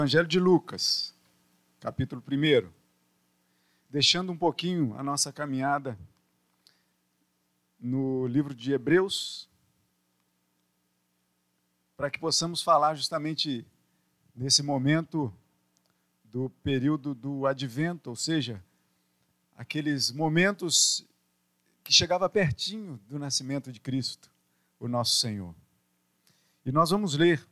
Evangelho de Lucas, capítulo 1, deixando um pouquinho a nossa caminhada no livro de Hebreus, para que possamos falar justamente nesse momento do período do advento, ou seja, aqueles momentos que chegava pertinho do nascimento de Cristo, o nosso Senhor. E nós vamos ler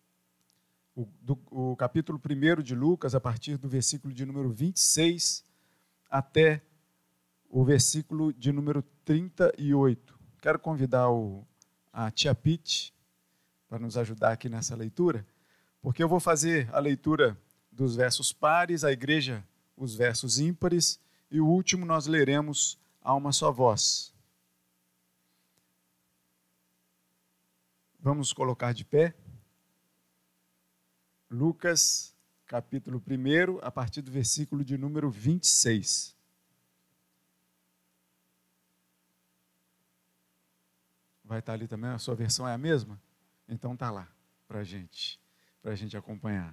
o capítulo 1 de Lucas, a partir do versículo de número 26 até o versículo de número 38. Quero convidar a tia Pete para nos ajudar aqui nessa leitura, porque eu vou fazer a leitura dos versos pares, a igreja os versos ímpares, e o último nós leremos a uma só voz. Vamos colocar de pé. Lucas, capítulo 1, a partir do versículo de número 26. Vai estar ali também? A sua versão é a mesma? Então está lá para a gente acompanhar.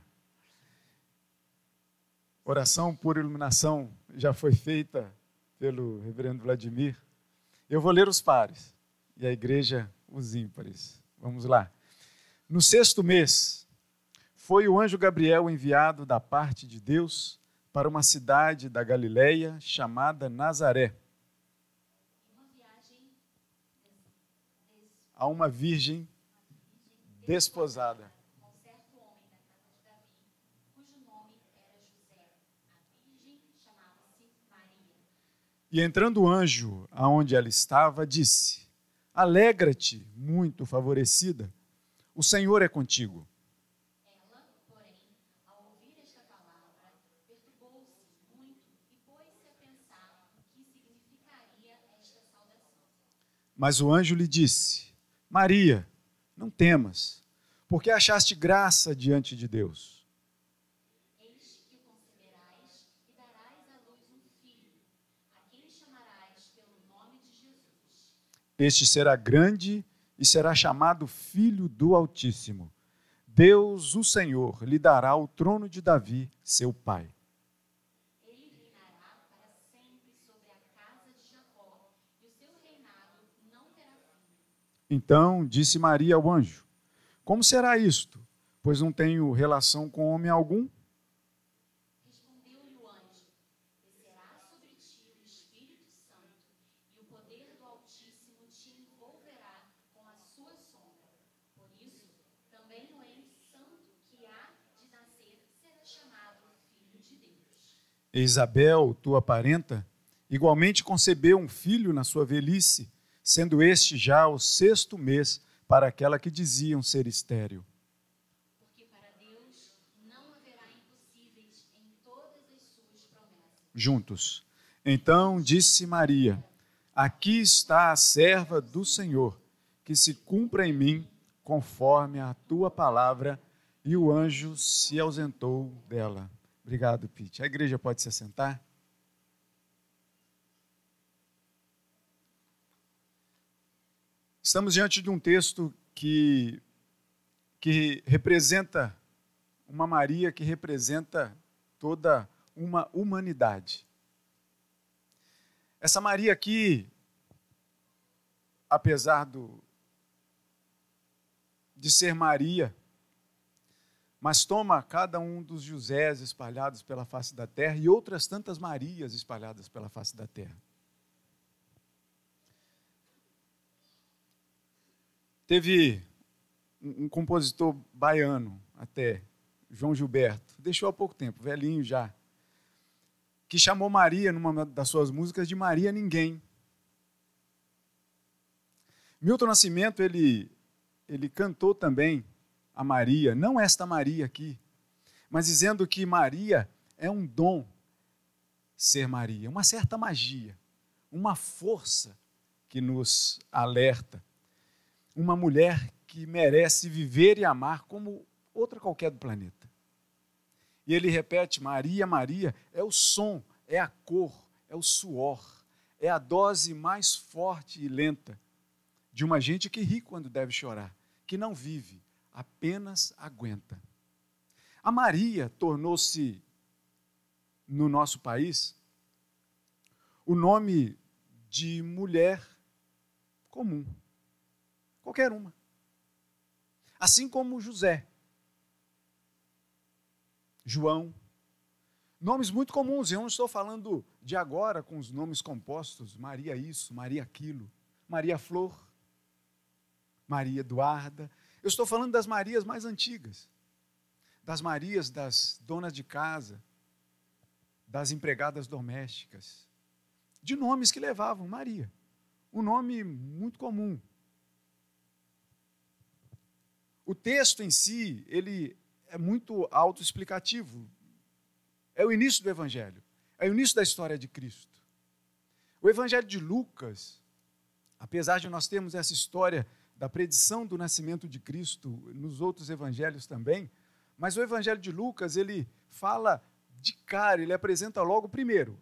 Oração por iluminação já foi feita pelo reverendo Vladimir. Eu vou ler os pares e a igreja os ímpares. Vamos lá. No 6º mês, foi o anjo Gabriel enviado da parte de Deus para uma cidade da Galileia chamada Nazaré, a uma virgem desposada. E entrando o anjo aonde ela estava, disse: Alegra-te, muito favorecida, o Senhor é contigo. Mas o anjo lhe disse: Maria, não temas, porque achaste graça diante de Deus. Eis que conceberás e darás à luz um filho, a quem chamarás pelo nome de Jesus. Este será grande e será chamado Filho do Altíssimo. Deus, o Senhor, lhe dará o trono de Davi, seu pai. Então disse Maria ao anjo: Como será isto? Pois não tenho relação com homem algum. Respondeu-lhe o anjo: Descerá sobre ti o Espírito Santo, e o poder do Altíssimo te envolverá com a sua sombra. Por isso, também o ente santo que há de nascer será chamado Filho de Deus. Isabel, tua parenta, igualmente concebeu um filho na sua velhice, sendo este já o 6º mês para aquela que diziam ser estéril. Porque para Deus não haverá impossíveis em todas as suas promessas. Juntos. Então disse Maria: Aqui está a serva do Senhor, que se cumpra em mim conforme a tua palavra. E o anjo se ausentou dela. Obrigado, Pete. A igreja pode se assentar? Estamos diante de um texto que representa uma Maria, que representa toda uma humanidade. Essa Maria aqui, apesar de ser Maria, mas toma cada um dos Josés espalhados pela face da terra e outras tantas Marias espalhadas pela face da terra. Teve um compositor baiano, até, João Gilberto, deixou há pouco tempo, velhinho já, que chamou Maria, numa das suas músicas, de Maria Ninguém. Milton Nascimento, ele cantou também a Maria, não esta Maria aqui, mas dizendo que Maria é um dom ser Maria, uma certa magia, uma força que nos alerta. Uma mulher que merece viver e amar como outra qualquer do planeta. E ele repete: Maria, Maria, é o som, é a cor, é o suor, é a dose mais forte e lenta de uma gente que ri quando deve chorar, que não vive, apenas aguenta. A Maria tornou-se, no nosso país, o nome de mulher comum. Qualquer uma. Assim como José, João, nomes muito comuns. Eu não estou falando de agora com os nomes compostos, Maria isso, Maria aquilo, Maria Flor, Maria Eduarda. Eu estou falando das Marias mais antigas, das Marias das donas de casa, das empregadas domésticas, de nomes que levavam Maria, um nome muito comum. O texto em si, ele é muito autoexplicativo. É o início do Evangelho, é o início da história de Cristo. O Evangelho de Lucas, apesar de nós termos essa história da predição do nascimento de Cristo nos outros evangelhos também, mas o Evangelho de Lucas, ele fala de cara, ele apresenta logo primeiro.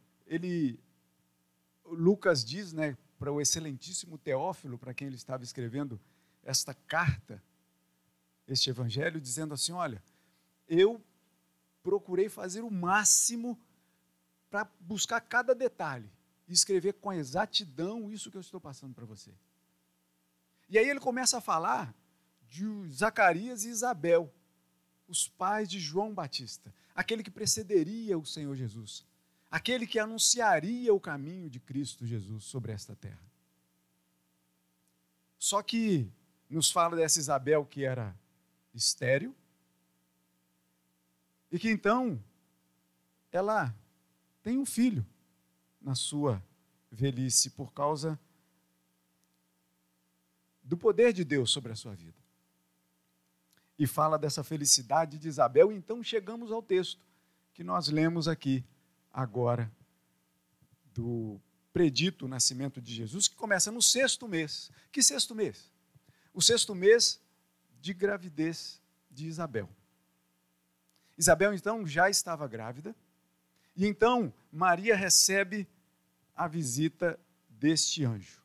Lucas diz, né, para o excelentíssimo Teófilo, para quem ele estava escrevendo esta carta, este evangelho, dizendo assim, olha, eu procurei fazer o máximo para buscar cada detalhe e escrever com exatidão isso que eu estou passando para você. E aí ele começa a falar de Zacarias e Isabel, os pais de João Batista, aquele que precederia o Senhor Jesus, aquele que anunciaria o caminho de Cristo Jesus sobre esta terra. Só que nos fala dessa Isabel que era estéril, e que então ela tem um filho na sua velhice por causa do poder de Deus sobre a sua vida. E fala dessa felicidade de Isabel, e então chegamos ao texto que nós lemos aqui agora, do predito nascimento de Jesus, que começa no 6º mês. Que 6º mês? O 6º mês de gravidez de Isabel. Isabel, então, já estava grávida, e então Maria recebe a visita deste anjo.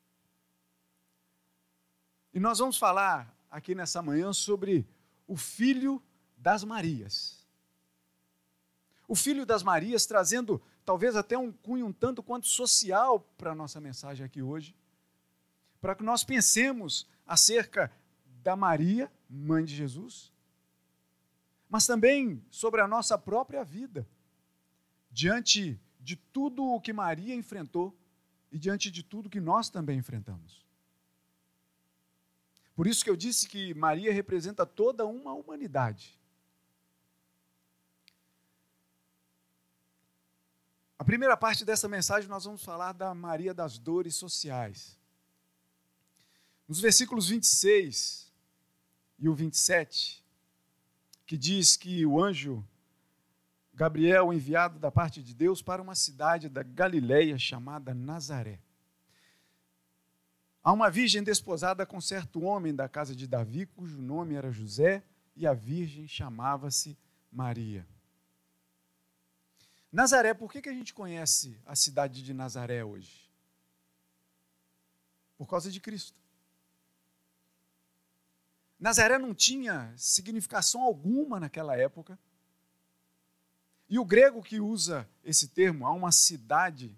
E nós vamos falar aqui nessa manhã sobre o filho das Marias. O filho das Marias trazendo talvez até um cunho um tanto quanto social para a nossa mensagem aqui hoje, para que nós pensemos acerca da Maria, mãe de Jesus, mas também sobre a nossa própria vida, diante de tudo o que Maria enfrentou e diante de tudo que nós também enfrentamos. Por isso que eu disse que Maria representa toda uma humanidade. A primeira parte dessa mensagem nós vamos falar da Maria das dores sociais. Nos versículos 26 e o 27, que diz que o anjo Gabriel, enviado da parte de Deus para uma cidade da Galileia chamada Nazaré. Há uma virgem desposada com certo homem da casa de Davi, cujo nome era José, e a virgem chamava-se Maria. Nazaré, por que a gente conhece a cidade de Nazaré hoje? Por causa de Cristo. Nazaré não tinha significação alguma naquela época. E o grego que usa esse termo, há uma cidade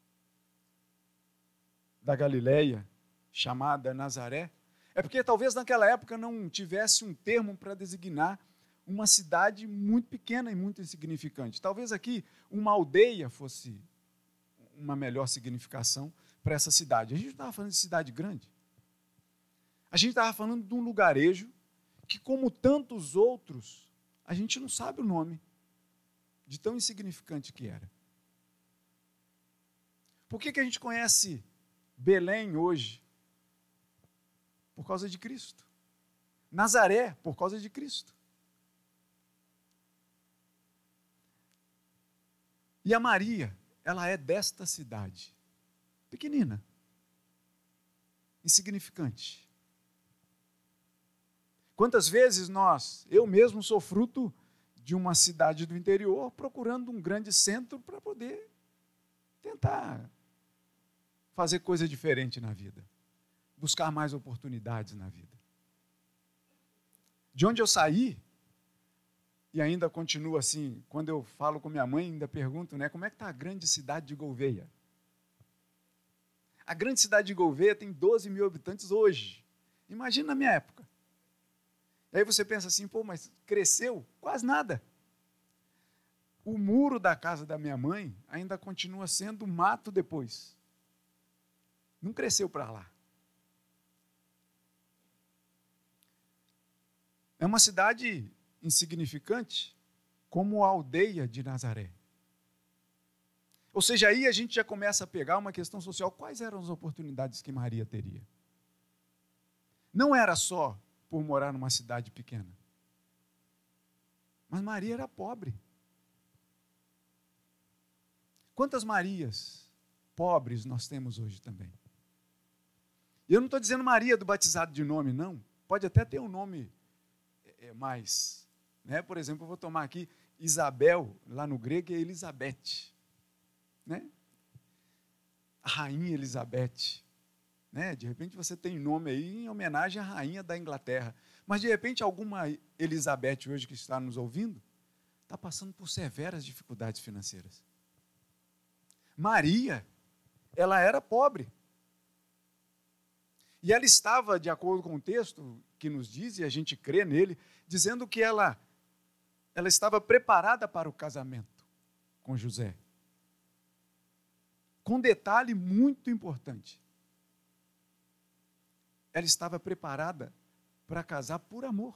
da Galileia chamada Nazaré, é porque talvez naquela época não tivesse um termo para designar uma cidade muito pequena e muito insignificante. Talvez aqui uma aldeia fosse uma melhor significação para essa cidade. A gente não estava falando de cidade grande. A gente estava falando de um lugarejo que, como tantos outros, a gente não sabe o nome, de tão insignificante que era. Por que a gente conhece Belém hoje? Por causa de Cristo. Nazaré, por causa de Cristo. E a Maria, ela é desta cidade, pequenina, insignificante. Quantas vezes eu mesmo sou fruto de uma cidade do interior, procurando um grande centro para poder tentar fazer coisa diferente na vida, buscar mais oportunidades na vida. De onde eu saí, E ainda continua assim, quando eu falo com minha mãe, ainda pergunto, né, como é que está a grande cidade de Gouveia? A grande cidade de Gouveia tem 12 mil habitantes hoje. Imagina na minha época. E aí você pensa assim, pô, mas cresceu? Quase nada. O muro da casa da minha mãe ainda continua sendo mato depois. Não cresceu para lá. É uma cidade insignificante, como a aldeia de Nazaré. Ou seja, aí a gente já começa a pegar uma questão social. Quais eram as oportunidades que Maria teria? Não era só por morar numa cidade pequena. Mas Maria era pobre. Quantas Marias pobres nós temos hoje também? E eu não estou dizendo Maria do batizado de nome, não. Pode até ter um nome mais. Né? Por exemplo, eu vou tomar aqui Isabel, lá no grego é Elizabeth. Né? A rainha Elizabeth. Né? De repente você tem nome aí em homenagem à rainha da Inglaterra. Mas de repente alguma Elizabeth hoje que está nos ouvindo está passando por severas dificuldades financeiras. Maria, ela era pobre. E ela estava, de acordo com o texto que nos diz, e a gente crê nele, dizendo que ela estava preparada para o casamento com José. Com um detalhe muito importante. Ela estava preparada para casar por amor.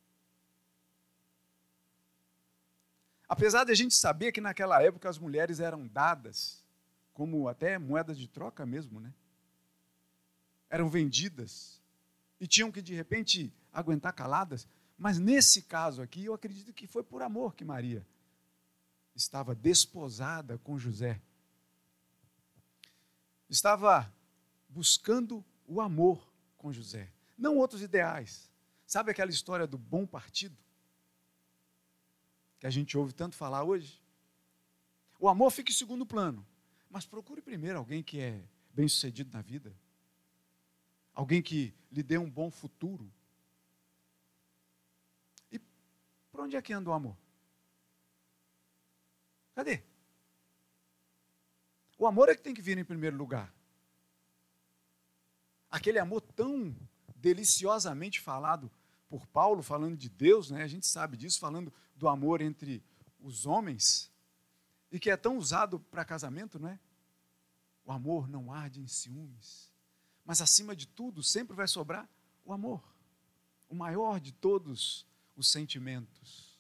Apesar de a gente saber que naquela época as mulheres eram dadas como até moedas de troca mesmo, né? Eram vendidas e tinham que, de repente, aguentar caladas. Mas nesse caso aqui, eu acredito que foi por amor que Maria estava desposada com José. Estava buscando o amor com José, não outros ideais. Sabe aquela história do bom partido? Que a gente ouve tanto falar hoje? O amor fica em segundo plano, mas procure primeiro alguém que é bem-sucedido na vida. Alguém que lhe dê um bom futuro. E por onde é que anda o amor? Cadê? O amor é que tem que vir em primeiro lugar. Aquele amor tão deliciosamente falado por Paulo, falando de Deus, né? A gente sabe disso, falando do amor entre os homens, e que é tão usado para casamento, não é? O amor não arde em ciúmes. Mas, acima de tudo, sempre vai sobrar o amor. O maior de todos os sentimentos.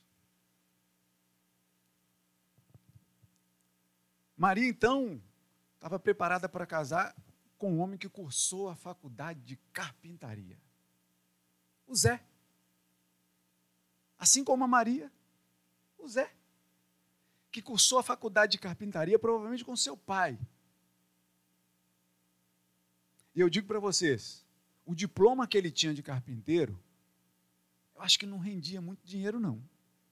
Maria, então, estava preparada para casar com um homem que cursou a faculdade de carpintaria. O Zé. Assim como a Maria, o Zé. Que cursou a faculdade de carpintaria, provavelmente com seu pai. E eu digo para vocês, o diploma que ele tinha de carpinteiro, eu acho que não rendia muito dinheiro, não.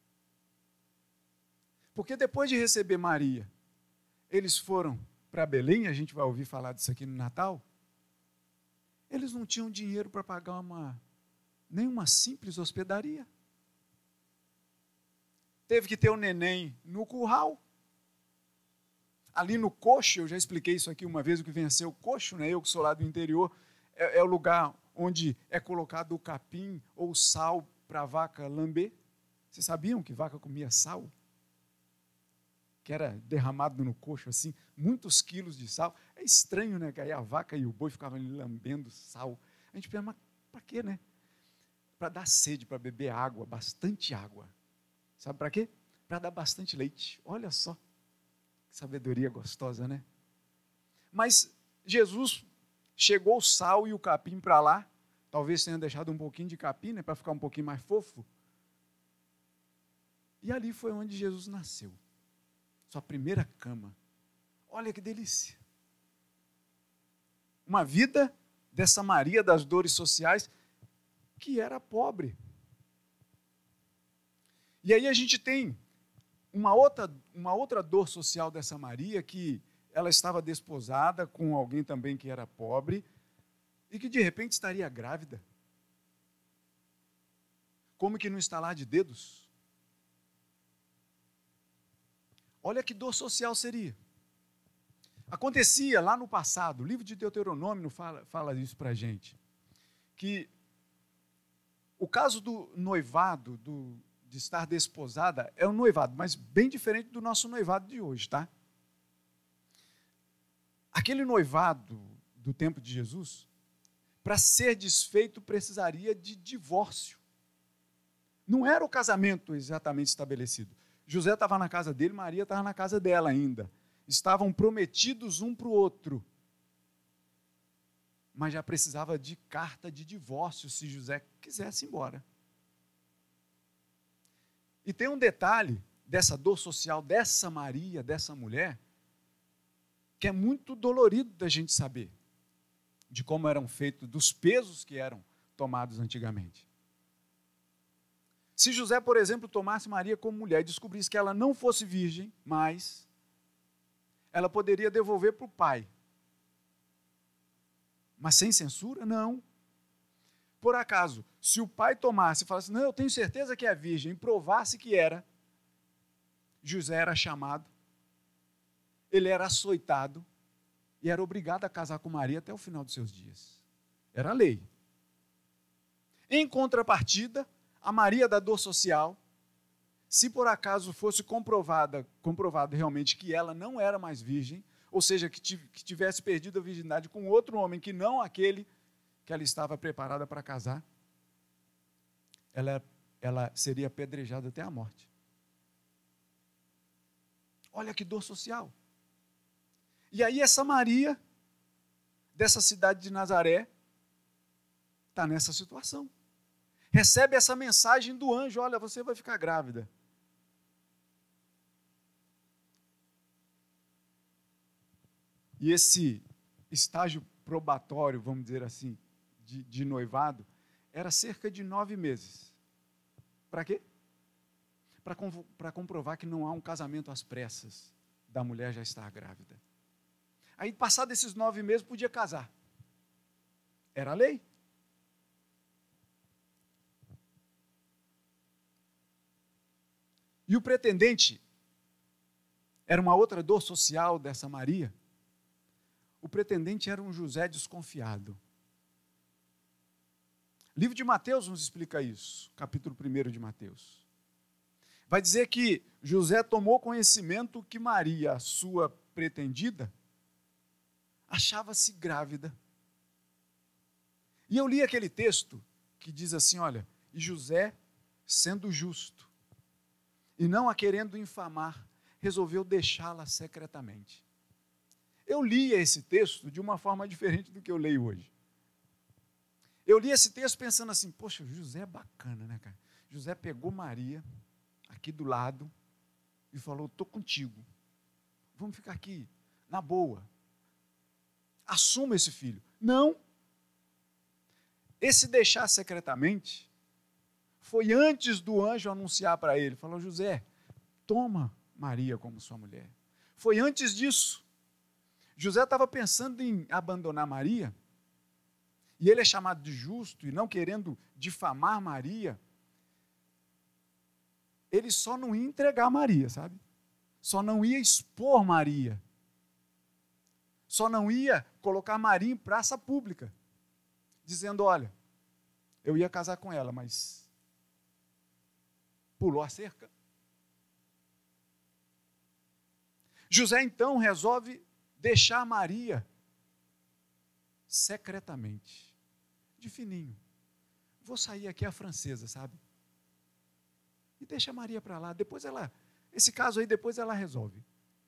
Porque depois de receber Maria, eles foram para Belém, a gente vai ouvir falar disso aqui no Natal, eles não tinham dinheiro para pagar nem uma simples hospedaria. Teve que ter o neném no curral. Ali no coxo, eu já expliquei isso aqui uma vez, o que vem a ser o coxo, né? Eu que sou lá do interior, é o lugar onde é colocado o capim ou sal para a vaca lamber. Vocês sabiam que vaca comia sal? Que era derramado no coxo, assim, muitos quilos de sal. É estranho, né? Que aí a vaca e o boi ficavam ali lambendo sal. A gente pensa, mas para quê, né? Para dar sede, para beber água, bastante água. Sabe para quê? Para dar bastante leite. Olha só. Que sabedoria gostosa, né? Mas Jesus chegou o sal e o capim para lá, talvez tenha deixado um pouquinho de capim, né, para ficar um pouquinho mais fofo. E ali foi onde Jesus nasceu. Sua primeira cama. Olha que delícia. Uma vida dessa Maria das dores sociais que era pobre. E aí a gente tem uma outra dor social dessa Maria, que ela estava desposada com alguém também que era pobre e que de repente estaria grávida. Como que no estalar de dedos, Olha que dor social seria. Acontecia lá no passado, o livro de Deuteronômio fala isso para a gente, que o caso do noivado, de estar desposada, é um noivado, mas bem diferente do nosso noivado de hoje, tá? Aquele noivado do tempo de Jesus, para ser desfeito, precisaria de divórcio. Não era o casamento exatamente estabelecido. José estava na casa dele, Maria estava na casa dela ainda. Estavam prometidos um para o outro. Mas já precisava de carta de divórcio se José quisesse ir embora. E tem um detalhe dessa dor social, dessa Maria, dessa mulher, que é muito dolorido da gente saber, de como eram feitos, dos pesos que eram tomados antigamente. Se José, por exemplo, tomasse Maria como mulher e descobrisse que ela não fosse virgem, mas ela poderia devolver para o pai. Mas sem censura? Não. Por acaso, se o pai tomasse e falasse, não, eu tenho certeza que é virgem, e provasse que era, José era chamado, ele era açoitado e era obrigado a casar com Maria até o final dos seus dias. Era a lei. Em contrapartida, a Maria da dor social, se por acaso fosse comprovado realmente que ela não era mais virgem, ou seja, que tivesse perdido a virgindade com outro homem que não aquele que ela estava preparada para casar, ela seria apedrejada até a morte. Olha que dor social. E aí essa Maria, dessa cidade de Nazaré, está nessa situação. Recebe essa mensagem do anjo, olha, você vai ficar grávida. E esse estágio probatório, vamos dizer assim, de noivado, era cerca de 9 meses. Para quê? Para comprovar que não há um casamento às pressas da mulher já estar grávida. Aí, passados esses 9 meses, podia casar. Era a lei. E o pretendente era uma outra dor social dessa Maria. O pretendente era um José desconfiado. O livro de Mateus nos explica isso, capítulo 1 de Mateus. Vai dizer que José tomou conhecimento que Maria, a sua pretendida, achava-se grávida. E eu li aquele texto que diz assim, olha, e José, sendo justo, e não a querendo infamar, resolveu deixá-la secretamente. Eu li esse texto de uma forma diferente do que eu leio hoje. Eu li esse texto pensando assim, poxa, José é bacana, né, cara? José pegou Maria, aqui do lado, e falou, estou contigo. Vamos ficar aqui, na boa. Assuma esse filho. Não. Esse deixar secretamente foi antes do anjo anunciar para ele. Falou, José, toma Maria como sua mulher. Foi antes disso. José estava pensando em abandonar Maria, e ele é chamado de justo, e não querendo difamar Maria, ele só não ia entregar Maria, sabe? Só não ia expor Maria. Só não ia colocar Maria em praça pública, dizendo, olha, eu ia casar com ela, mas pulou a cerca. José, então, resolve deixar Maria secretamente, de fininho. Vou sair aqui a francesa, sabe? E deixa Maria para lá. Depois esse caso aí, depois ela resolve.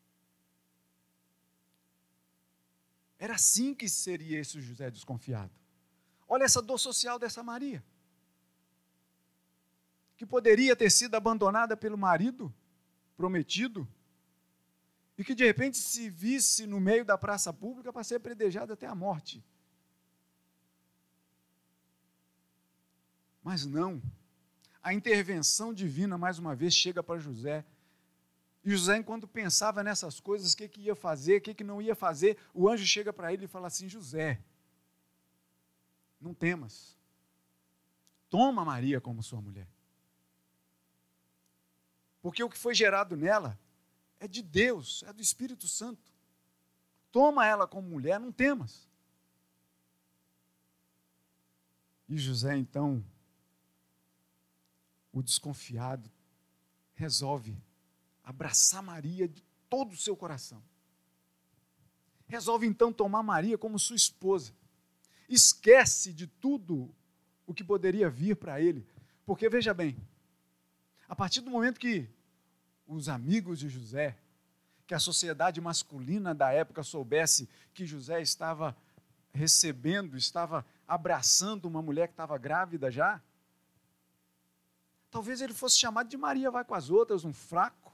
Era assim que seria esse José desconfiado. Olha essa dor social dessa Maria, que poderia ter sido abandonada pelo marido prometido, e que de repente se visse no meio da praça pública para ser apedrejada até a morte. Mas não, a intervenção divina mais uma vez chega para José, e José, enquanto pensava nessas coisas, o que ia fazer, o que não ia fazer, o anjo chega para ele e fala assim, José, não temas, toma Maria como sua mulher, porque o que foi gerado nela é de Deus, é do Espírito Santo. Toma ela como mulher, não temas. E José, então, o desconfiado, resolve abraçar Maria de todo o seu coração. Resolve, então, tomar Maria como sua esposa. Esquece de tudo o que poderia vir para ele. Porque, veja bem, a partir do momento que os amigos de José, que a sociedade masculina da época soubesse que José estava recebendo, estava abraçando uma mulher que estava grávida já, talvez ele fosse chamado de Maria vai com as outras, um fraco.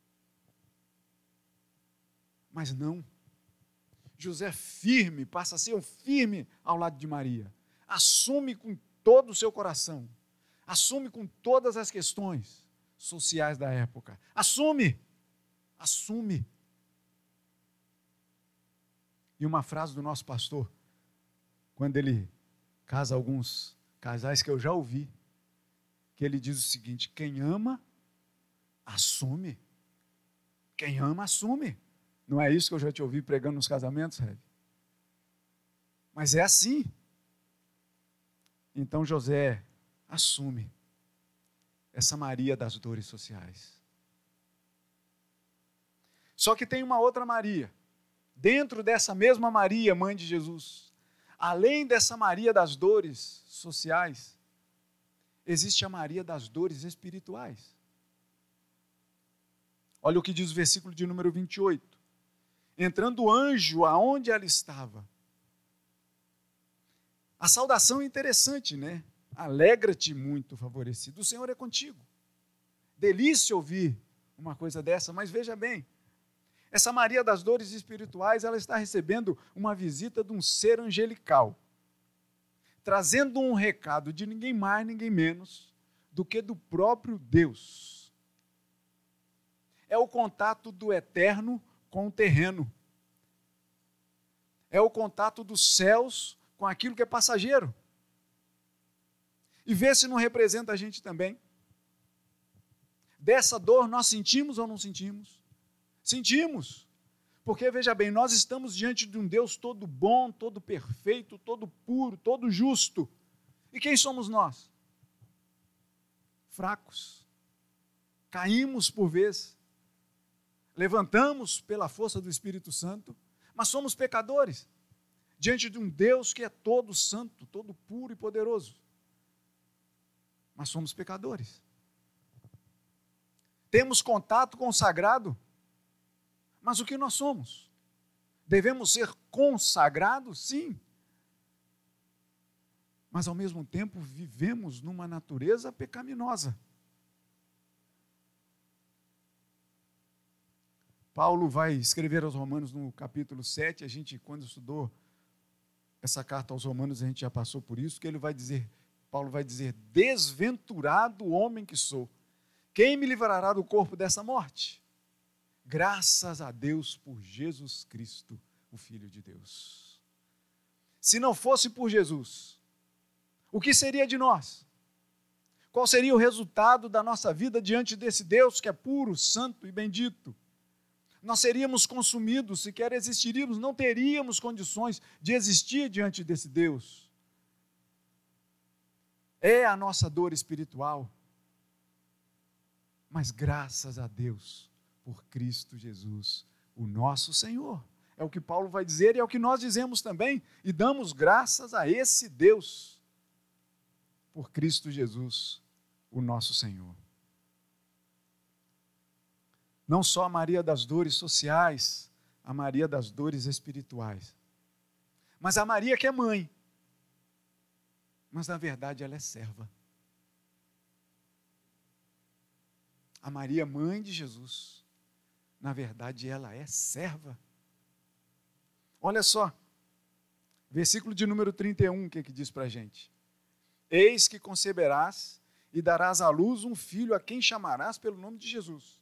Mas não. José firme, passa a ser um firme ao lado de Maria. Assume com todo o seu coração. Assume com todas as questões sociais da época. Assume. E uma frase do nosso pastor, quando ele casa alguns casais que eu já ouvi, que ele diz o seguinte: quem ama, assume. Quem ama, assume. Não é isso que eu já te ouvi pregando nos casamentos, Rev? Mas é assim. Então José assume essa Maria das dores sociais. Só que tem uma outra Maria, dentro dessa mesma Maria, mãe de Jesus. Além dessa Maria das dores sociais, existe a Maria das dores espirituais. Olha o que diz o versículo de número 28. Entrando o anjo aonde ela estava. A saudação é interessante, né? Alegra-te muito, favorecido. O Senhor é contigo. Delícia ouvir uma coisa dessa, mas veja bem, essa Maria das dores espirituais, ela está recebendo uma visita de um ser angelical, trazendo um recado de ninguém mais, ninguém menos do que do próprio Deus. É o contato do eterno com o terreno. É o contato dos céus com aquilo que é passageiro. E vê se não representa a gente também. Dessa dor nós sentimos ou não sentimos? Sentimos. Porque, veja bem, nós estamos diante de um Deus todo bom, todo perfeito, todo puro, todo justo. E quem somos nós? Fracos. Caímos por vezes. Levantamos pela força do Espírito Santo, mas somos pecadores, diante de um Deus que é todo santo, todo puro e poderoso. Mas somos pecadores. Temos contato com o sagrado, mas o que nós somos? Devemos ser consagrados? Sim. Mas ao mesmo tempo vivemos numa natureza pecaminosa. Paulo vai escrever aos Romanos no capítulo 7, a gente, quando estudou essa carta aos Romanos, a gente já passou por isso, que Paulo vai dizer, desventurado homem que sou, quem me livrará do corpo dessa morte? Graças a Deus por Jesus Cristo, o Filho de Deus. Se não fosse por Jesus, o que seria de nós? Qual seria o resultado da nossa vida diante desse Deus que é puro, santo e bendito? Nós seríamos consumidos, sequer existiríamos, não teríamos condições de existir diante desse Deus. É a nossa dor espiritual, mas graças a Deus por Cristo Jesus, o nosso Senhor. É o que Paulo vai dizer e é o que nós dizemos também, e damos graças a esse Deus, por Cristo Jesus, o nosso Senhor. Não só a Maria das dores sociais, a Maria das dores espirituais, mas a Maria que é mãe, mas na verdade ela é serva. A Maria, mãe de Jesus, na verdade ela é serva. Olha só, versículo de número 31, o que diz para a gente? Eis que conceberás e darás à luz um filho a quem chamarás pelo nome de Jesus.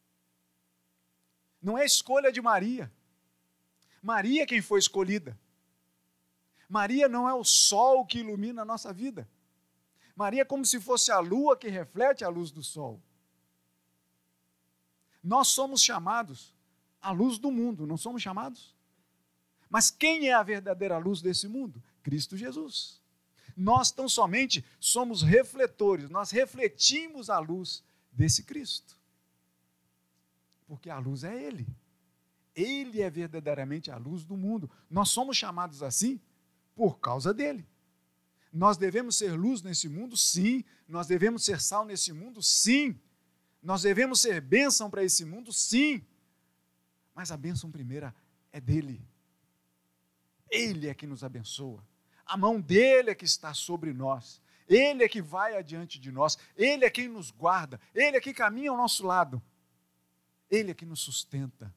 Não é escolha de Maria. Maria é quem foi escolhida. Maria não é o sol que ilumina a nossa vida. Maria é como se fosse a lua que reflete a luz do sol. Nós somos chamados à luz do mundo, não somos chamados? Mas quem é a verdadeira luz desse mundo? Cristo Jesus. Nós tão somente somos refletores, nós refletimos a luz desse Cristo. Porque a luz é Ele. Ele é verdadeiramente a luz do mundo. Nós somos chamados assim por causa dele. Nós devemos ser luz nesse mundo? Sim. Nós devemos ser sal nesse mundo? Sim. Nós devemos ser bênção para esse mundo? Sim. Mas a bênção primeira é dele. Ele é que nos abençoa. A mão dele é que está sobre nós. Ele é que vai adiante de nós. Ele é quem nos guarda. Ele é que caminha ao nosso lado. Ele é que nos sustenta.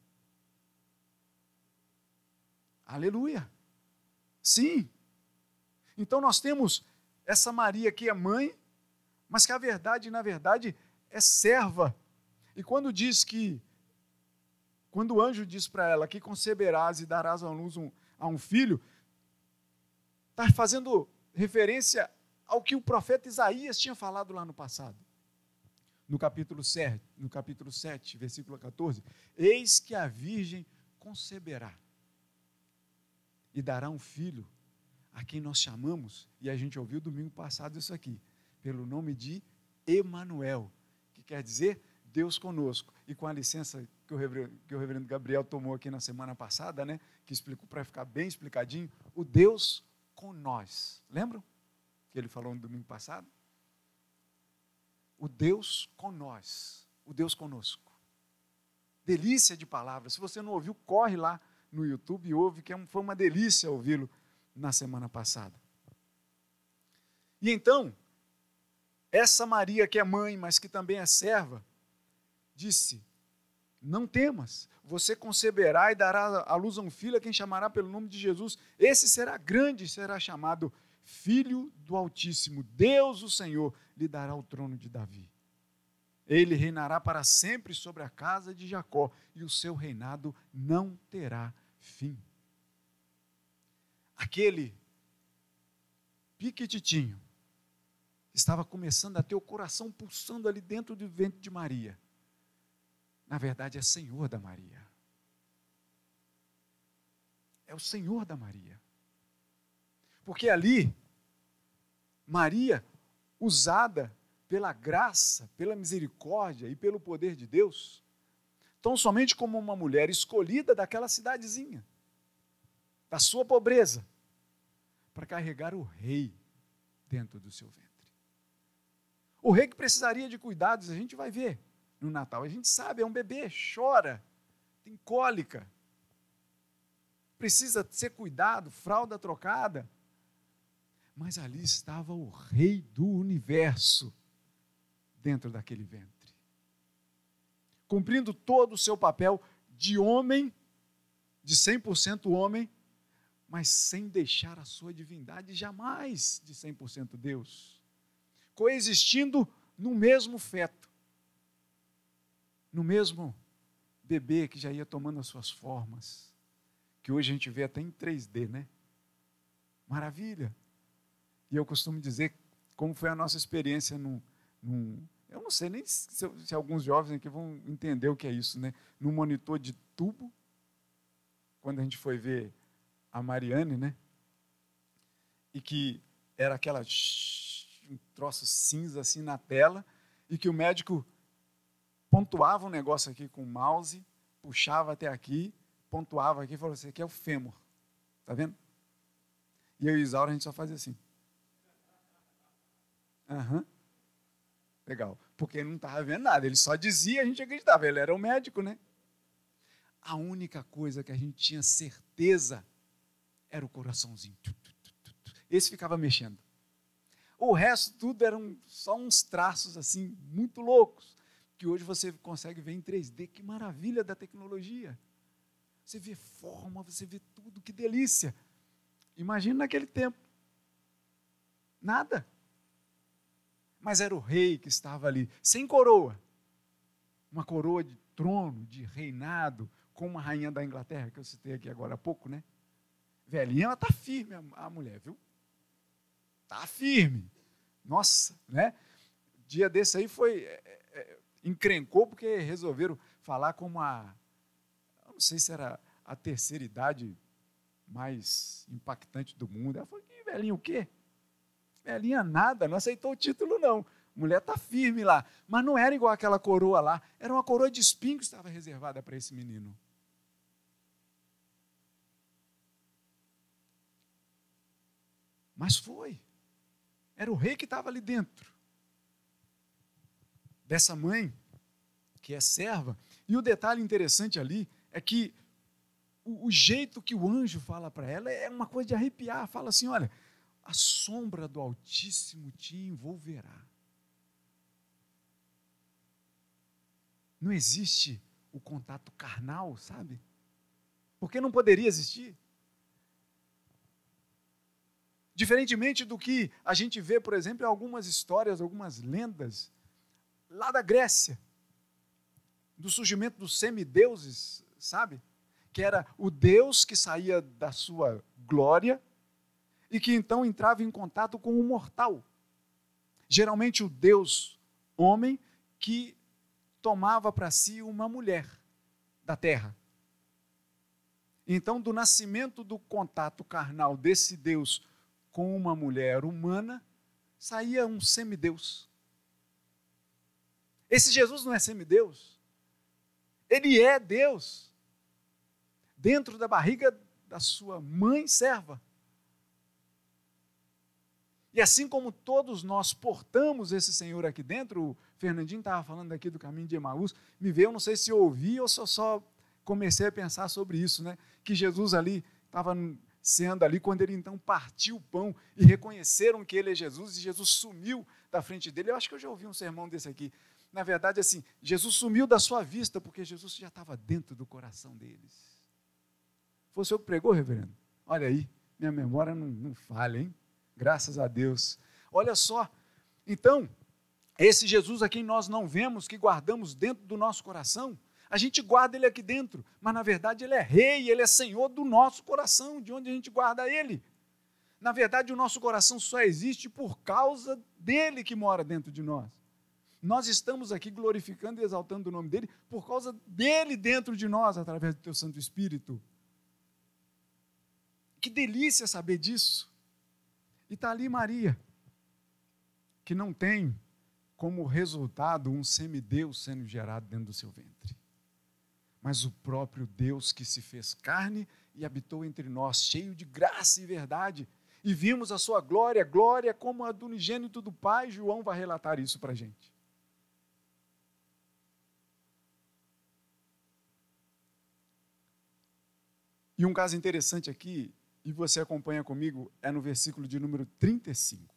Aleluia. Sim. Então nós temos essa Maria que é mãe, mas que na verdade, é serva. E quando o anjo diz para ela que conceberás e darás à luz a um filho, está fazendo referência ao que o profeta Isaías tinha falado lá no passado. No capítulo 7, versículo 14, eis que a virgem conceberá e dará um filho, a quem nós chamamos, e a gente ouviu domingo passado isso aqui, pelo nome de Emanuel, que quer dizer Deus conosco. E com a licença que o reverendo Gabriel tomou aqui na semana passada, né, que explicou para ficar bem explicadinho, o Deus com nós. Lembram que ele falou no domingo passado? O Deus com nós, o Deus conosco. Delícia de palavras. Se você não ouviu, corre lá no YouTube e ouve, que foi uma delícia ouvi-lo na semana passada. E então, essa Maria que é mãe, mas que também é serva, disse, não temas, você conceberá e dará à luz a um filho, a quem chamará pelo nome de Jesus. Esse será grande, será chamado Filho do Altíssimo. Deus, o Senhor, lhe dará o trono de Davi. Ele reinará para sempre sobre a casa de Jacó, e o seu reinado não terá fim. Aquele piquititinho estava começando a ter o coração pulsando ali dentro do ventre de Maria. Na verdade, é Senhor da Maria. É o Senhor da Maria. Porque ali, Maria, usada pela graça, pela misericórdia e pelo poder de Deus, tão somente como uma mulher escolhida daquela cidadezinha, da sua pobreza, para carregar o rei dentro do seu ventre. O rei que precisaria de cuidados, a gente vai ver no Natal. A gente sabe, é um bebê, chora, tem cólica, precisa ser cuidado, fralda trocada. Mas ali estava o rei do universo dentro daquele ventre, cumprindo todo o seu papel de homem, de 100% homem, mas sem deixar a sua divindade jamais de 100% Deus, coexistindo no mesmo feto, no mesmo bebê que já ia tomando as suas formas, que hoje a gente vê até em 3D, né? Maravilha! E eu costumo dizer como foi a nossa experiência eu não sei nem se alguns jovens aqui vão entender o que é isso, né? No monitor de tubo, quando a gente foi ver a Mariane, né? E que era um troço cinza assim na tela, e que o médico pontuava um negócio aqui com o mouse, puxava até aqui, pontuava aqui e falou assim, aqui é o fêmur, tá vendo? E eu e Isaura, a gente só fazia assim. Legal, porque ele não estava vendo nada, ele só dizia, a gente acreditava, ele era o médico, né? A única coisa que a gente tinha certeza era o coraçãozinho. Esse ficava mexendo. O resto tudo eram só uns traços assim, muito loucos, que hoje você consegue ver em 3D, que maravilha da tecnologia. Você vê forma, você vê tudo, que delícia. Imagina naquele tempo. Nada. Mas era o rei que estava ali, sem coroa. Uma coroa de trono, de reinado, como a rainha da Inglaterra, que eu citei aqui agora há pouco, né? Velhinha, ela está firme, a mulher, viu? Está firme. Nossa, né? Dia desse aí encrencou porque resolveram falar como eu não sei se era a terceira idade mais impactante do mundo. Ela falou, que velhinha o quê? Velhinha nada, não aceitou o título não. A mulher está firme lá. Mas não era igual aquela coroa lá, era uma coroa de espinho que estava reservada para esse menino. Mas foi. Era o rei que estava ali dentro. Dessa mãe, que é serva. E o detalhe interessante ali é que o jeito que o anjo fala para ela é uma coisa de arrepiar. Fala assim, olha, a sombra do Altíssimo te envolverá. Não existe o contato carnal, sabe? Porque não poderia existir. Diferentemente do que a gente vê, por exemplo, em algumas histórias, algumas lendas, lá da Grécia, do surgimento dos semideuses, sabe? Que era o Deus que saía da sua glória e que então entrava em contato com o mortal. Geralmente o Deus homem que tomava para si uma mulher da terra. Então, do nascimento do contato carnal desse Deus com uma mulher humana, saía um semideus. Esse Jesus não é semideus. Ele é Deus. Dentro da barriga da sua mãe serva. E assim como todos nós portamos esse Senhor aqui dentro, o Fernandinho estava falando aqui do caminho de Emaús, me veio, não sei se eu ouvi ou se eu só comecei a pensar sobre isso, né? Que Jesus ali estava sendo ali, quando ele então partiu o pão e reconheceram que ele é Jesus, e Jesus sumiu da frente dele. Eu acho que eu já ouvi um sermão desse aqui. Na verdade, assim, Jesus sumiu da sua vista, porque Jesus já estava dentro do coração deles. Foi o senhor que pregou, reverendo? Olha aí, minha memória não falha, hein? Graças a Deus. Olha só, então, esse Jesus a quem nós não vemos, que guardamos dentro do nosso coração, a gente guarda ele aqui dentro, mas na verdade ele é rei, ele é senhor do nosso coração, de onde a gente guarda ele. Na verdade, o nosso coração só existe por causa dele que mora dentro de nós. Nós estamos aqui glorificando e exaltando o nome dele por causa dele dentro de nós, através do teu Santo Espírito. Que delícia saber disso. E está ali Maria, que não tem como resultado um semideus sendo gerado dentro do seu ventre, mas o próprio Deus que se fez carne e habitou entre nós, cheio de graça e verdade, e vimos a sua glória, glória como a do unigênito do Pai. João vai relatar isso para a gente. E um caso interessante aqui, e você acompanha comigo, é no versículo de número 35.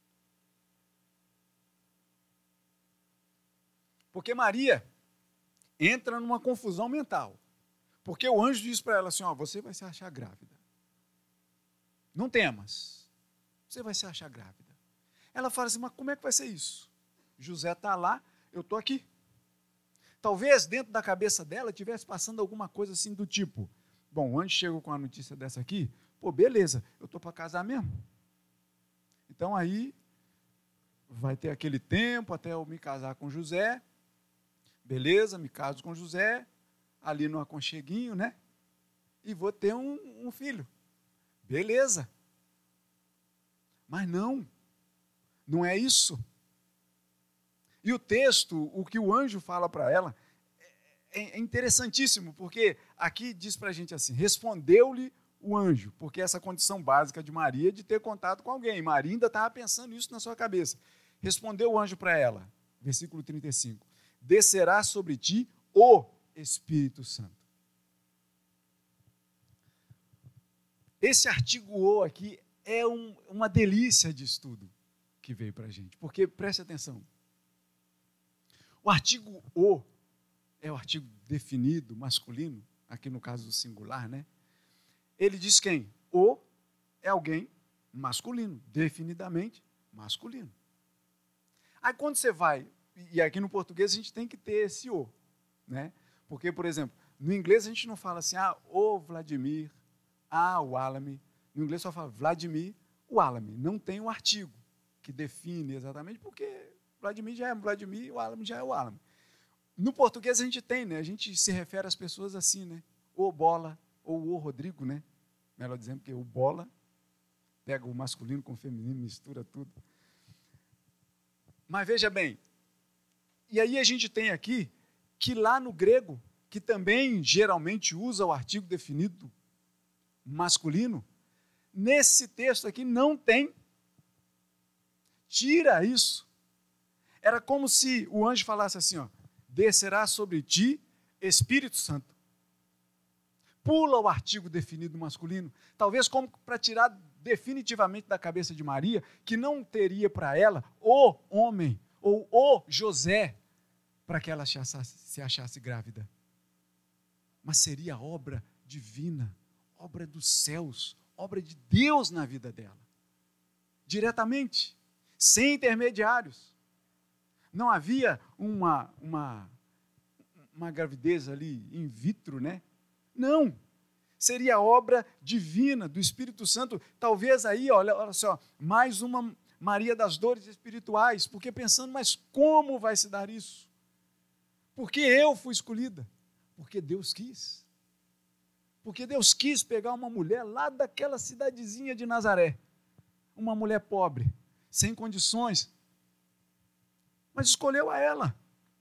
Porque Maria entra numa confusão mental. Porque o anjo diz para ela assim, você vai se achar grávida. Não temas, você vai se achar grávida. Ela fala assim, mas como é que vai ser isso? José está lá, eu estou aqui. Talvez dentro da cabeça dela estivesse passando alguma coisa assim do tipo, bom, o anjo chegou com a notícia dessa aqui, beleza, eu estou para casar mesmo. Então aí vai ter aquele tempo até eu me casar com José. Beleza, me caso com José, ali no aconcheguinho, né? E vou ter um filho. Beleza. Mas não é isso. E o texto, o que o anjo fala para ela, é interessantíssimo, porque aqui diz para a gente assim, respondeu-lhe o anjo, porque essa condição básica de Maria é de ter contato com alguém. Maria ainda estava pensando isso na sua cabeça. Respondeu o anjo para ela, versículo 35, descerá sobre ti o Espírito Santo. Esse artigo o aqui é uma delícia de estudo que veio para a gente, porque preste atenção, o artigo o é o artigo definido, masculino, aqui no caso do singular, né? Ele diz quem? O é alguém masculino, definidamente masculino. Aí quando você vai, e aqui no português a gente tem que ter esse o, né? Porque, por exemplo, no inglês a gente não fala assim, o Vladimir, o Alame. No inglês só fala Vladimir, o Alame. Não tem um artigo que define exatamente, porque Vladimir já é Vladimir, o Alame já é o Alame. No português a gente tem, né? A gente se refere às pessoas assim, né? O Bola ou o Rodrigo, né? Melhor dizendo, porque o Bola pega o masculino com o feminino, mistura tudo. Mas veja bem, e aí a gente tem aqui que lá no grego, que também geralmente usa o artigo definido masculino, nesse texto aqui não tem. Tira isso. Era como se o anjo falasse assim, ó, descerá sobre ti Espírito Santo. Pula o artigo definido masculino, talvez como para tirar definitivamente da cabeça de Maria, que não teria para ela o homem ou o José para que ela se achasse grávida. Mas seria obra divina, obra dos céus, obra de Deus na vida dela. Diretamente, sem intermediários. Não havia uma gravidez ali in vitro, né? Não. Seria obra divina do Espírito Santo. Talvez aí, olha só, mais uma Maria das dores espirituais. Porque pensando, mas como vai se dar isso? Porque eu fui escolhida. Porque Deus quis. Porque Deus quis pegar uma mulher lá daquela cidadezinha de Nazaré. Uma mulher pobre, sem condições. Mas escolheu a ela.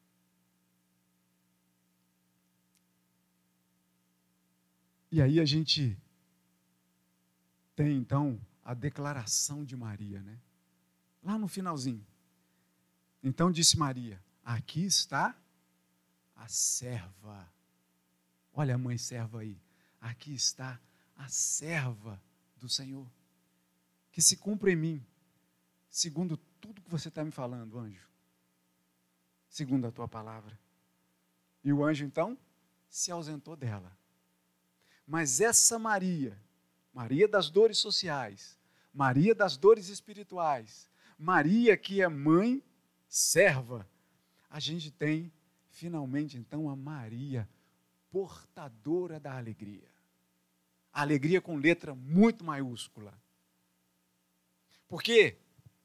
E aí a gente tem, então, a declaração de Maria, né? Lá no finalzinho. Então disse Maria, aqui está a serva. Olha a mãe serva aí. Aqui está a serva do Senhor. Que se cumpra em mim, segundo tudo que você está me falando, anjo. Segundo a tua palavra. E o anjo, então, se ausentou dela. Mas essa Maria, Maria das dores sociais, Maria das dores espirituais, Maria que é mãe, serva, a gente tem finalmente então a Maria, portadora da alegria. A alegria com letra muito maiúscula. Porque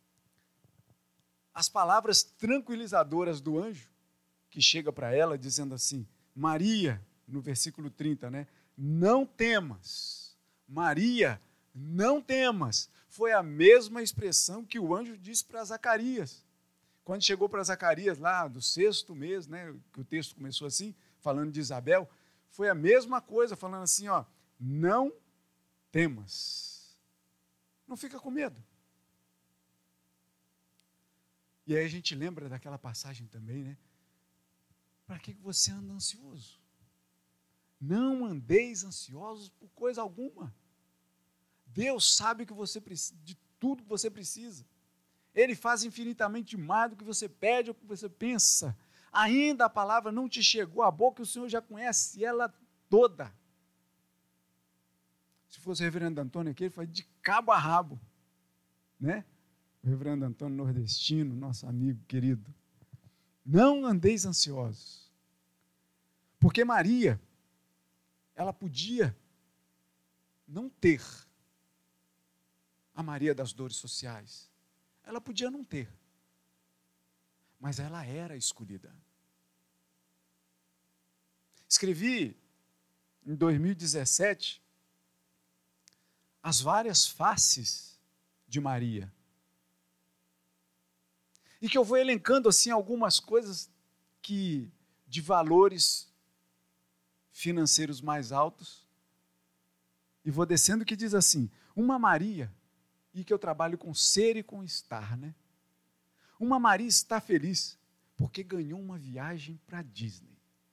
as palavras tranquilizadoras do anjo, que chega para ela dizendo assim, Maria, no versículo 30, né? Não temas, Maria, não temas. Foi a mesma expressão que o anjo disse para Zacarias. Quando chegou para Zacarias, lá do 6º mês, né, que o texto começou assim, falando de Isabel, foi a mesma coisa, falando assim, ó, não temas. Não fica com medo. E aí a gente lembra daquela passagem também, né? Para que você anda ansioso? Não andeis ansiosos por coisa alguma. Deus sabe que você precisa, de tudo que você precisa. Ele faz infinitamente mais do que você pede ou que você pensa. Ainda a palavra não te chegou à boca, o Senhor já conhece ela toda. Se fosse o reverendo Antônio aqui, ele fala de cabo a rabo. Né? O reverendo Antônio Nordestino, nosso amigo querido. Não andeis ansiosos. Porque Maria, ela podia não ter a Maria das dores sociais. Ela podia não ter. Mas ela era escolhida. Escrevi em 2017 as várias faces de Maria. E que eu vou elencando assim algumas coisas que de valores financeiros mais altos, e vou descendo que diz assim, uma Maria, e que eu trabalho com ser e com estar, né? Uma Maria está feliz porque ganhou uma viagem para Disney.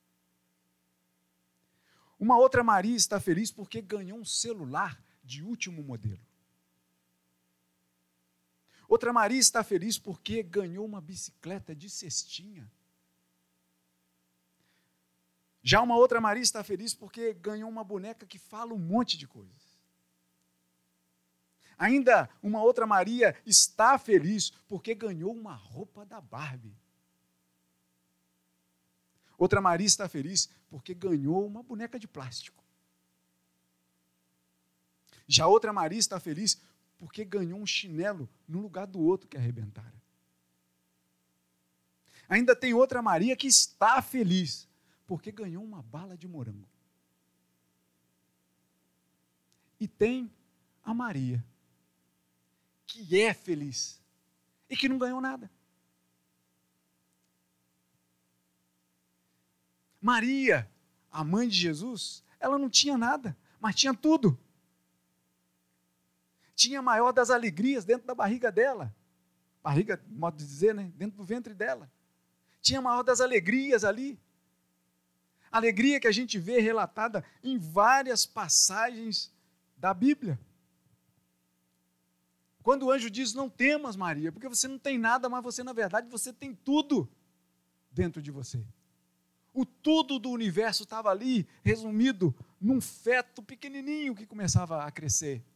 Uma outra Maria está feliz porque ganhou um celular de último modelo. Outra Maria está feliz porque ganhou uma bicicleta de cestinha. Já uma outra Maria está feliz porque ganhou uma boneca que fala um monte de coisas. Ainda uma outra Maria está feliz porque ganhou uma roupa da Barbie. Outra Maria está feliz porque ganhou uma boneca de plástico. Já outra Maria está feliz porque ganhou um chinelo no lugar do outro que arrebentara. Ainda tem outra Maria que está feliz, porque ganhou uma bala de morango. E tem a Maria, que é feliz e que não ganhou nada. Maria, a mãe de Jesus, ela não tinha nada, mas tinha tudo. Tinha a maior das alegrias dentro da barriga dela. Barriga, modo de dizer, né? Dentro do ventre dela. Tinha a maior das alegrias ali. Alegria que a gente vê relatada em várias passagens da Bíblia. Quando o anjo diz, não temas, Maria, porque você não tem nada, mas você, na verdade, você tem tudo dentro de você. O tudo do universo estava ali, resumido num feto pequenininho que começava a crescer.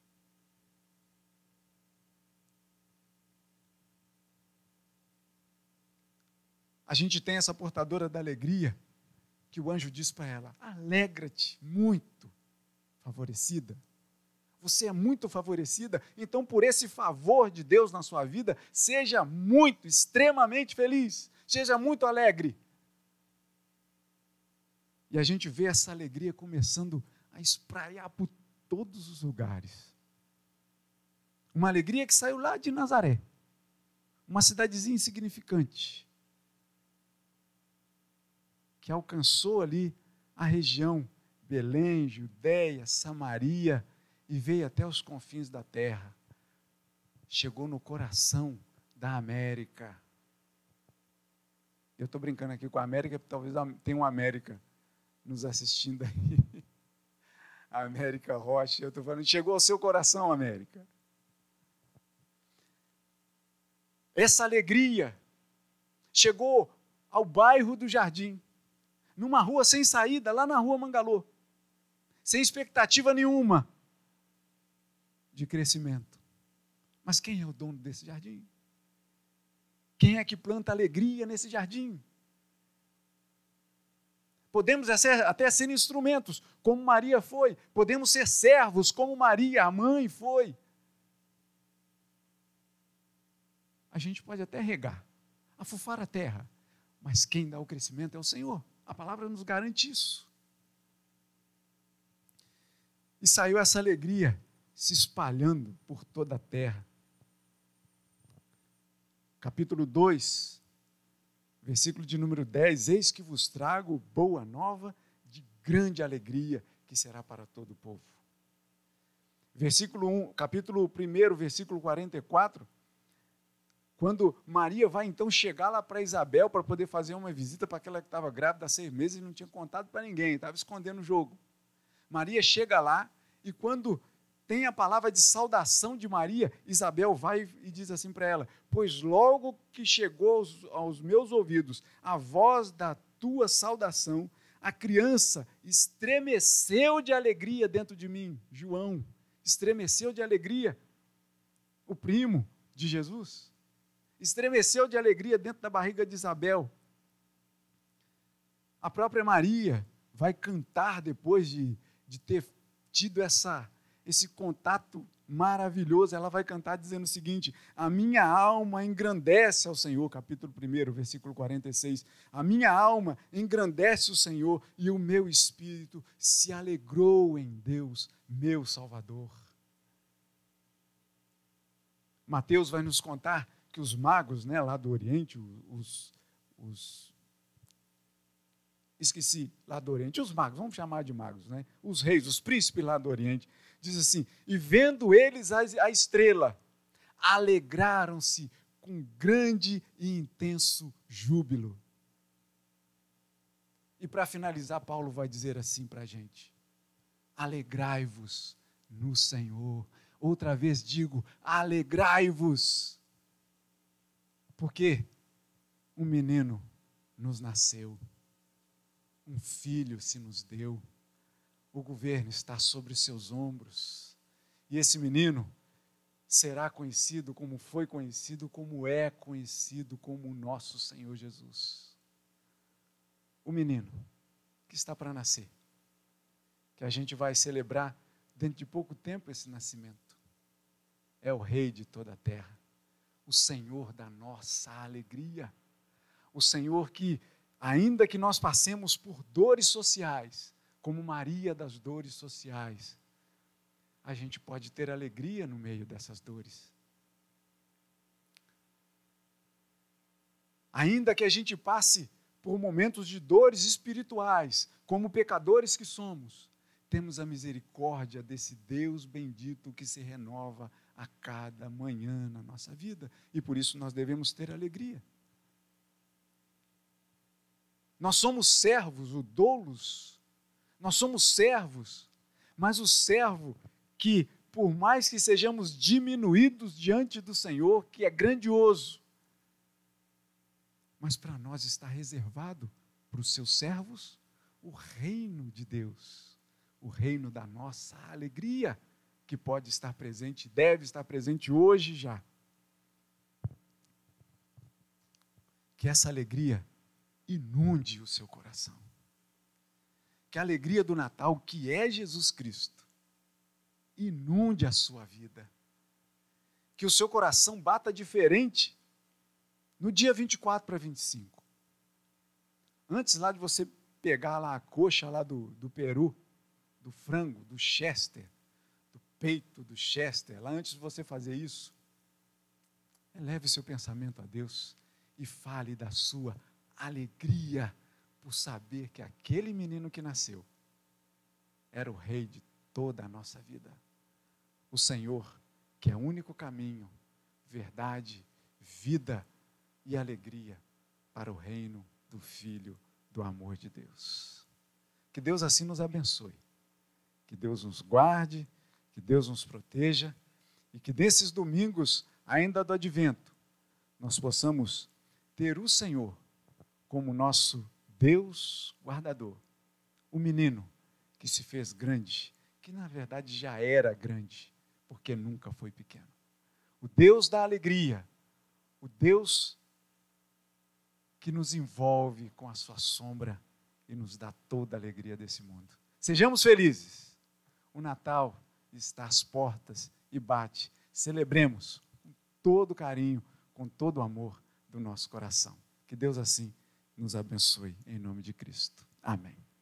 A gente tem essa portadora da alegria, que o anjo diz para ela, alegra-te, muito favorecida. Você é muito favorecida, então por esse favor de Deus na sua vida, seja muito, extremamente feliz, seja muito alegre. E a gente vê essa alegria começando a espraiar por todos os lugares. Uma alegria que saiu lá de Nazaré, uma cidadezinha insignificante, que alcançou ali a região Belém, Judéia, Samaria, e veio até os confins da terra. Chegou no coração da América. Eu estou brincando aqui com a América, porque talvez tenha uma América nos assistindo aí. A América Rocha, eu estou falando, chegou ao seu coração, América. Essa alegria chegou ao bairro do Jardim, numa rua sem saída, lá na rua Mangalô, sem expectativa nenhuma de crescimento. Mas quem é o dono desse jardim? Quem é que planta alegria nesse jardim? Podemos até ser instrumentos, como Maria foi. Podemos ser servos, como Maria, a mãe, foi. A gente pode até regar, afufar a terra, mas quem dá o crescimento é o Senhor. A palavra nos garante isso. E saiu essa alegria se espalhando por toda a terra. Capítulo 2, versículo de número 10, eis que vos trago boa nova de grande alegria, que será para todo o povo. Versículo 1, capítulo 1, versículo 44, quando Maria vai então chegar lá para Isabel, para poder fazer uma visita para aquela que estava grávida há 6 meses e não tinha contado para ninguém, estava escondendo o jogo. Maria chega lá e quando tem a palavra de saudação de Maria, Isabel vai e diz assim para ela, pois logo que chegou aos meus ouvidos a voz da tua saudação, a criança estremeceu de alegria dentro de mim. João estremeceu de alegria, o primo de Jesus, estremeceu de alegria dentro da barriga de Isabel. A própria Maria vai cantar depois de ter tido esse contato maravilhoso, ela vai cantar dizendo o seguinte, a minha alma engrandece ao Senhor, capítulo 1, versículo 46, a minha alma engrandece o Senhor e o meu espírito se alegrou em Deus, meu Salvador. Mateus vai nos contar que os magos, né, lá do Oriente, lá do Oriente, os magos, vamos chamar de magos, né? Os reis, os príncipes lá do Oriente, diz assim, e vendo eles a estrela, alegraram-se com grande e intenso júbilo. E para finalizar, Paulo vai dizer assim para a gente, alegrai-vos no Senhor. Outra vez digo, alegrai-vos, porque um menino nos nasceu, um filho se nos deu, o governo está sobre os seus ombros, e esse menino será conhecido como foi conhecido, como é conhecido como o nosso Senhor Jesus. O menino que está para nascer, que a gente vai celebrar dentro de pouco tempo esse nascimento, é o Rei de toda a terra, o Senhor da nossa alegria, O Senhor que, ainda que nós passemos por dores sociais, como Maria das dores sociais, a gente pode ter alegria no meio dessas dores. Ainda que a gente passe por momentos de dores espirituais, como pecadores que somos, temos a misericórdia desse Deus bendito que se renova a cada manhã na nossa vida. E por isso nós devemos ter alegria. Nós somos servos, o doulos, nós somos servos, mas o servo que, por mais que sejamos diminuídos diante do Senhor, que é grandioso, mas para nós está reservado, para os seus servos, o reino de Deus, o reino da nossa alegria, que pode estar presente, deve estar presente hoje já. Que essa alegria inunde o seu coração. Que a alegria do Natal, que é Jesus Cristo, inunde a sua vida. Que o seu coração bata diferente no dia 24 para 25. Antes lá de você pegar lá a coxa lá do peru, do frango, do chester, do peito do chester, lá antes de você fazer isso, eleve seu pensamento a Deus e fale da sua alegria por saber que aquele menino que nasceu era o rei de toda a nossa vida. O Senhor, que é o único caminho, verdade, vida e alegria para o reino do Filho do amor de Deus. Que Deus assim nos abençoe, que Deus nos guarde, que Deus nos proteja e que nesses domingos ainda do Advento nós possamos ter o Senhor como nosso Deus guardador, o menino que se fez grande, que na verdade já era grande, porque nunca foi pequeno. O Deus da alegria, o Deus que nos envolve com a sua sombra e nos dá toda a alegria desse mundo. Sejamos felizes. O Natal está às portas e bate. Celebremos com todo carinho, com todo o amor do nosso coração. Que Deus assim nos abençoe em nome de Cristo. Amém.